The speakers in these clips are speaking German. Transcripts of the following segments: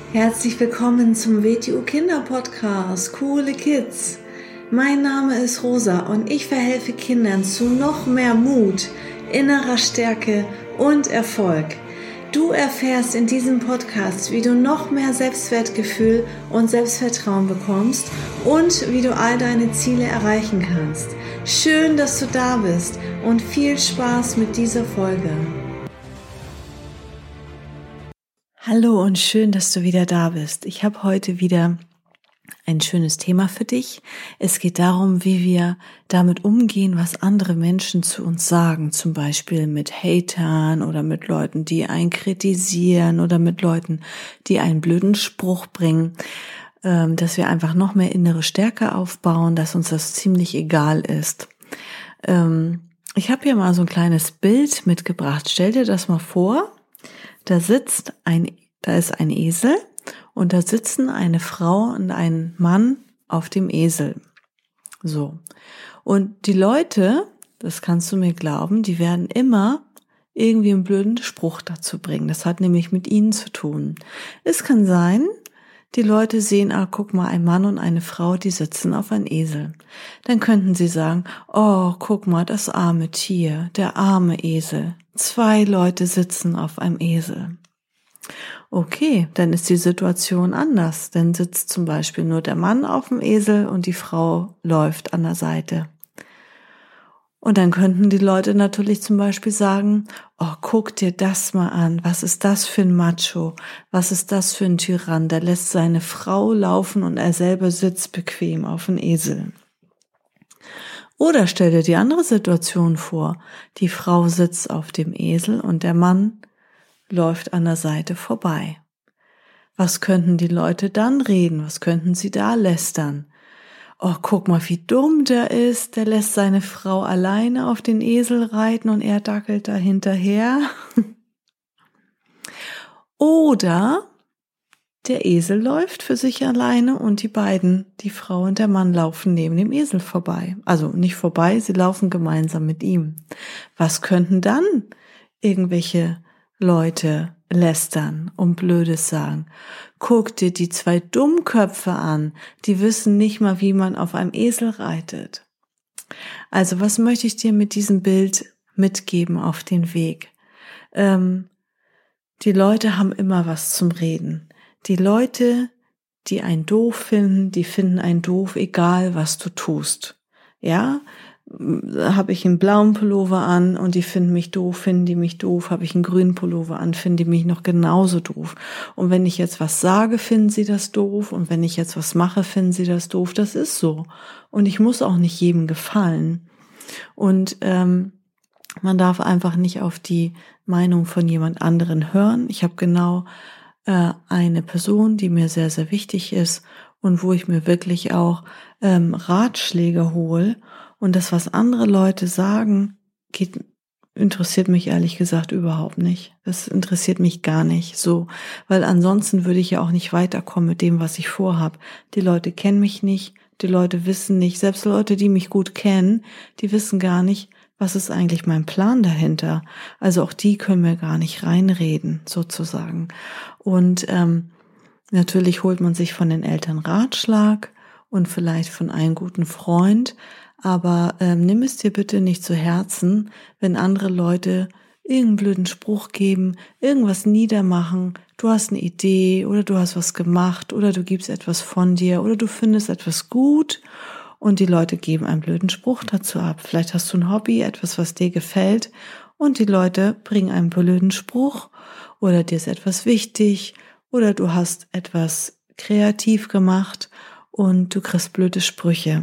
Herzlich willkommen zum WTU Kinder Podcast, Coole Kids. Mein Name ist Rosa und ich verhelfe Kindern zu noch mehr Mut, innerer Stärke und Erfolg. Du erfährst in diesem Podcast, wie du noch mehr Selbstwertgefühl und Selbstvertrauen bekommst und wie du all deine Ziele erreichen kannst. Schön, dass du da bist und viel Spaß mit dieser Folge. Hallo und schön, dass du wieder da bist. Ich habe heute wieder ein schönes Thema für dich. Es geht darum, wie wir damit umgehen, was andere Menschen zu uns sagen. Zum Beispiel mit Hatern oder mit Leuten, die einen kritisieren oder mit Leuten, die einen blöden Spruch bringen. Dass wir einfach noch mehr innere Stärke aufbauen, dass uns das ziemlich egal ist. Ich habe hier mal so ein kleines Bild mitgebracht. Stell dir das mal vor. Da ist ein Esel und da sitzen eine Frau und ein Mann auf dem Esel. So. Und die Leute, das kannst du mir glauben, die werden immer irgendwie einen blöden Spruch dazu bringen. Das hat nämlich mit ihnen zu tun. Es kann sein, die Leute sehen, guck mal, ein Mann und eine Frau, die sitzen auf einem Esel. Dann könnten sie sagen, oh, guck mal, das arme Tier, der arme Esel. 2 Leute sitzen auf einem Esel. Okay, dann ist die Situation anders. Dann sitzt zum Beispiel nur der Mann auf dem Esel und die Frau läuft an der Seite. Und dann könnten die Leute natürlich zum Beispiel sagen, oh, guck dir das mal an, was ist das für ein Macho, was ist das für ein Tyrann, der lässt seine Frau laufen und er selber sitzt bequem auf dem Esel. Oder stell dir die andere Situation vor, die Frau sitzt auf dem Esel und der Mann läuft an der Seite vorbei. Was könnten die Leute dann reden, was könnten sie da lästern? Oh, guck mal, wie dumm der ist, der lässt seine Frau alleine auf den Esel reiten und er dackelt da hinterher. Oder der Esel läuft für sich alleine und die Frau und der Mann, laufen neben dem Esel vorbei. Also nicht vorbei, sie laufen gemeinsam mit ihm. Was könnten dann irgendwelche Leute lästern und Blödes sagen? Guck dir die 2 Dummköpfe an, die wissen nicht mal, wie man auf einem Esel reitet. Also was möchte ich dir mit diesem Bild mitgeben auf den Weg? Die Leute haben immer was zum Reden. Die Leute, die einen doof finden, die finden einen doof, egal was du tust. Ja, habe ich einen blauen Pullover an und die finden mich doof, finden die mich doof. Habe ich einen grünen Pullover an, finden die mich noch genauso doof. Und wenn ich jetzt was sage, finden sie das doof. Und wenn ich jetzt was mache, finden sie das doof. Das ist so. Und ich muss auch nicht jedem gefallen. Und man darf einfach nicht auf die Meinung von jemand anderen hören. Ich habe genau eine Person, die mir sehr, sehr wichtig ist und wo ich mir wirklich auch Ratschläge hole. Und das, was andere Leute sagen, interessiert mich ehrlich gesagt überhaupt nicht. Das interessiert mich gar nicht so, weil ansonsten würde ich ja auch nicht weiterkommen mit dem, was ich vorhab. Die Leute kennen mich nicht, die Leute wissen nicht, selbst Leute, die mich gut kennen, die wissen gar nicht, was ist eigentlich mein Plan dahinter. Also auch die können mir gar nicht reinreden, sozusagen. Und natürlich holt man sich von den Eltern Ratschlag und vielleicht von einem guten Freund, aber nimm es dir bitte nicht zu Herzen, wenn andere Leute irgendeinen blöden Spruch geben, irgendwas niedermachen, du hast eine Idee oder du hast was gemacht oder du gibst etwas von dir oder du findest etwas gut und die Leute geben einen blöden Spruch dazu ab. Vielleicht hast du ein Hobby, etwas, was dir gefällt und die Leute bringen einen blöden Spruch oder dir ist etwas wichtig oder du hast etwas kreativ gemacht und du kriegst blöde Sprüche.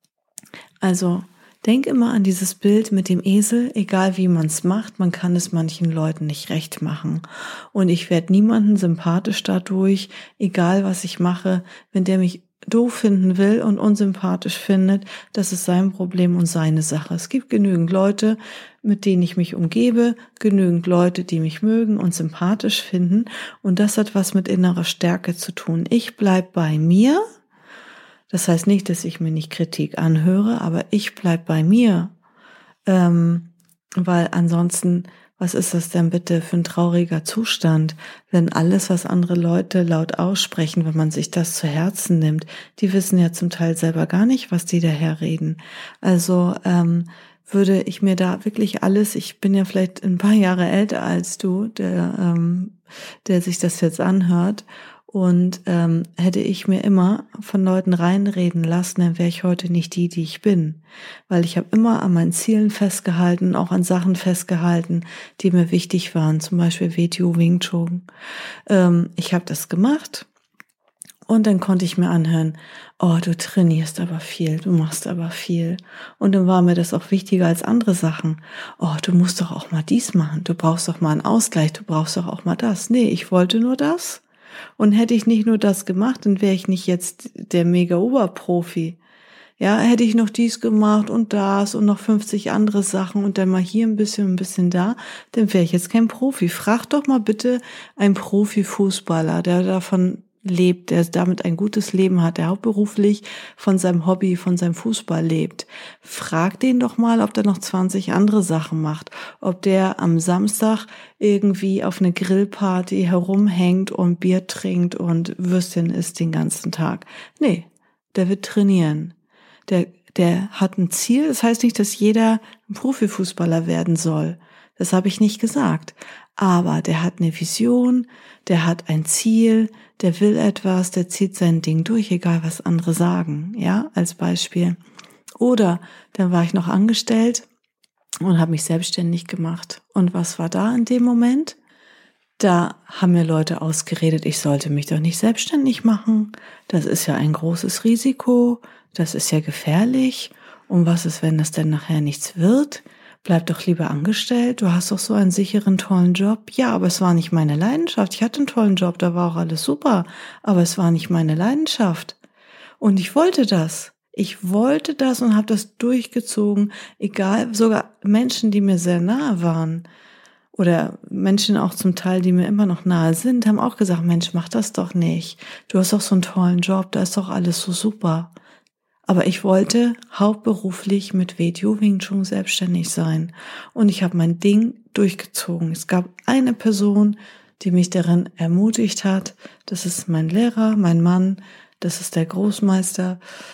Also denk immer an dieses Bild mit dem Esel, egal wie man es macht, man kann es manchen Leuten nicht recht machen. Und ich werde niemanden sympathisch dadurch, egal was ich mache, wenn der mich doof finden will und unsympathisch findet, das ist sein Problem und seine Sache. Es gibt genügend Leute, mit denen ich mich umgebe, genügend Leute, die mich mögen und sympathisch finden und das hat was mit innerer Stärke zu tun. Ich bleib bei mir. Das heißt nicht, dass ich mir nicht Kritik anhöre, aber ich bleib bei mir, weil ansonsten Was ist das denn bitte für ein trauriger Zustand, wenn alles, was andere Leute laut aussprechen, wenn man sich das zu Herzen nimmt, die wissen ja zum Teil selber gar nicht, was die daherreden. Also würde ich mir da wirklich alles, ich bin ja vielleicht ein paar Jahre älter als du, der sich das jetzt anhört, und hätte ich mir immer von Leuten reinreden lassen, dann wäre ich heute nicht die, die ich bin. Weil ich habe immer an meinen Zielen festgehalten, auch an Sachen festgehalten, die mir wichtig waren, zum Beispiel WTO Wing Chun. Ich habe das gemacht. Und dann konnte ich mir anhören, oh, du trainierst aber viel, du machst aber viel. Und dann war mir das auch wichtiger als andere Sachen. Oh, du musst doch auch mal dies machen, du brauchst doch mal einen Ausgleich, du brauchst doch auch mal das. Nee, ich wollte nur das. Und hätte ich nicht nur das gemacht, dann wäre ich nicht jetzt der Mega-Oberprofi. Ja, hätte ich noch dies gemacht und das und noch 50 andere Sachen und dann mal hier ein bisschen da, dann wäre ich jetzt kein Profi. Frag doch mal bitte einen Profifußballer, der davon lebt, der damit ein gutes Leben hat, der hauptberuflich von seinem Hobby, von seinem Fußball lebt. Frag den doch mal, ob der noch 20 andere Sachen macht, ob der am Samstag irgendwie auf eine Grillparty herumhängt und Bier trinkt und Würstchen isst den ganzen Tag. Nee, der wird trainieren. Der hat ein Ziel. Das heißt nicht, dass jeder ein Profifußballer werden soll. Das habe ich nicht gesagt. Aber der hat eine Vision, der hat ein Ziel, der will etwas, der zieht sein Ding durch, egal was andere sagen. Ja, als Beispiel. Oder dann war ich noch angestellt und habe mich selbstständig gemacht. Und was war da in dem Moment? Da haben mir Leute ausgeredet, ich sollte mich doch nicht selbstständig machen. Das ist ja ein großes Risiko. Das ist ja gefährlich. Und was ist, wenn das denn nachher nichts wird? Bleib doch lieber angestellt. Du hast doch so einen sicheren, tollen Job. Ja, aber es war nicht meine Leidenschaft. Ich hatte einen tollen Job, da war auch alles super. Aber es war nicht meine Leidenschaft. Und ich wollte das. Ich wollte das und habe das durchgezogen. Egal, sogar Menschen, die mir sehr nahe waren, oder Menschen auch zum Teil, die mir immer noch nahe sind, haben auch gesagt, Mensch, mach das doch nicht. Du hast doch so einen tollen Job, da ist doch alles so super. Aber ich wollte hauptberuflich mit WTO Wing Chun selbstständig sein. Und ich habe mein Ding durchgezogen. Es gab eine Person, die mich darin ermutigt hat. Das ist mein Lehrer, mein Mann, das ist der Großmeister.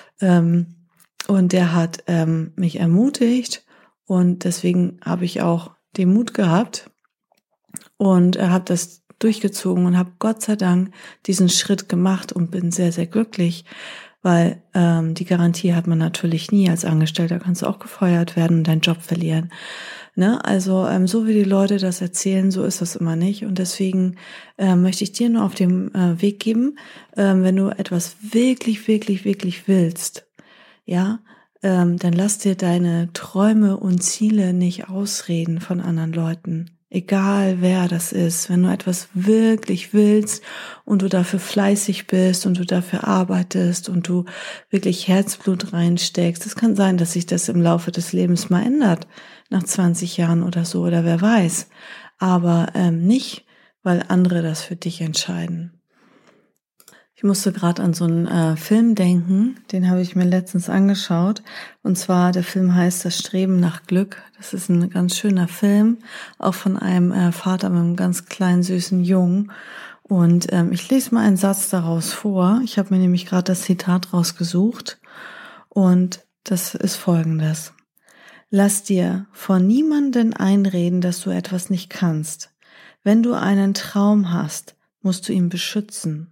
Und der hat mich ermutigt. Und deswegen habe ich auch den Mut gehabt und habe das durchgezogen und habe Gott sei Dank diesen Schritt gemacht und bin sehr, sehr glücklich, weil die Garantie hat man natürlich nie als Angestellter, kannst du auch gefeuert werden und deinen Job verlieren. Ne? Also so wie die Leute das erzählen, so ist das immer nicht. Und deswegen möchte ich dir nur auf dem Weg geben, wenn du etwas wirklich, wirklich, wirklich willst, ja, dann lass dir deine Träume und Ziele nicht ausreden von anderen Leuten. Egal wer das ist, wenn du etwas wirklich willst und du dafür fleißig bist und du dafür arbeitest und du wirklich Herzblut reinsteckst, es kann sein, dass sich das im Laufe des Lebens mal ändert, nach 20 Jahren oder so, oder wer weiß. Aber nicht, weil andere das für dich entscheiden. Ich musste gerade an so einen Film denken, den habe ich mir letztens angeschaut. Und zwar, der Film heißt Das Streben nach Glück. Das ist ein ganz schöner Film, auch von einem Vater mit einem ganz kleinen, süßen Jungen. Und ich lese mal einen Satz daraus vor. Ich habe mir nämlich gerade das Zitat rausgesucht. Und das ist folgendes. Lass dir von niemanden einreden, dass du etwas nicht kannst. Wenn du einen Traum hast, musst du ihn beschützen.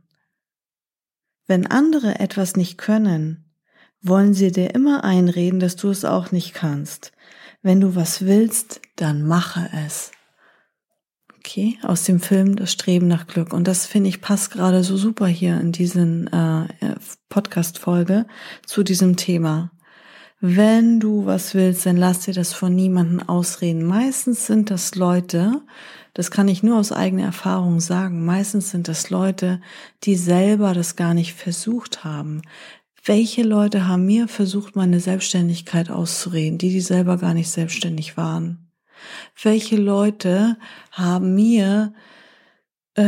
Wenn andere etwas nicht können, wollen sie dir immer einreden, dass du es auch nicht kannst. Wenn du was willst, dann mache es. Okay, aus dem Film Das Streben nach Glück. Und das, finde ich, passt gerade so super hier in diesen Podcast-Folge zu diesem Thema. Wenn du was willst, dann lass dir das von niemandem ausreden. Meistens sind das Leute, das kann ich nur aus eigener Erfahrung sagen, meistens sind das Leute, die selber das gar nicht versucht haben. Welche Leute haben mir versucht, meine Selbstständigkeit auszureden, die selber gar nicht selbstständig waren? Welche Leute haben mir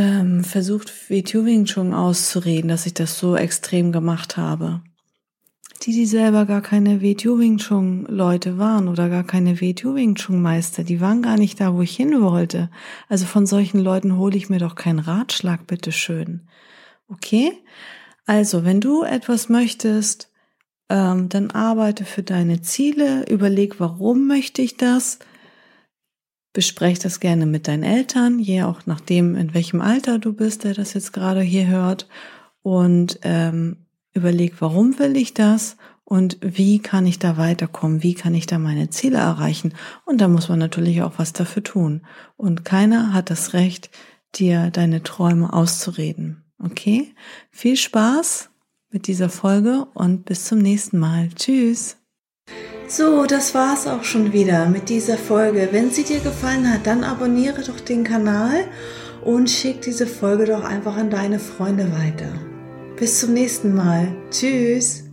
versucht, WTO Wing Chun auszureden, dass ich das so extrem gemacht habe? die selber gar keine WTO Wing Chun Leute waren oder gar keine WTO Wing Chun Meister. Die waren gar nicht da, wo ich hin wollte. Also von solchen Leuten hole ich mir doch keinen Ratschlag, bitteschön. Okay? Also, wenn du etwas möchtest, dann arbeite für deine Ziele, überleg, warum möchte ich das, bespreche das gerne mit deinen Eltern, je auch nachdem, in welchem Alter du bist, der das jetzt gerade hier hört, und überleg, warum will ich das und wie kann ich da weiterkommen, wie kann ich da meine Ziele erreichen, und da muss man natürlich auch was dafür tun, und keiner hat das Recht, dir deine Träume auszureden. Okay? Viel Spaß mit dieser Folge und bis zum nächsten Mal. Tschüss! So, das war's auch schon wieder mit dieser Folge. Wenn sie dir gefallen hat, dann abonniere doch den Kanal und schick diese Folge doch einfach an deine Freunde weiter. Bis zum nächsten Mal. Tschüss!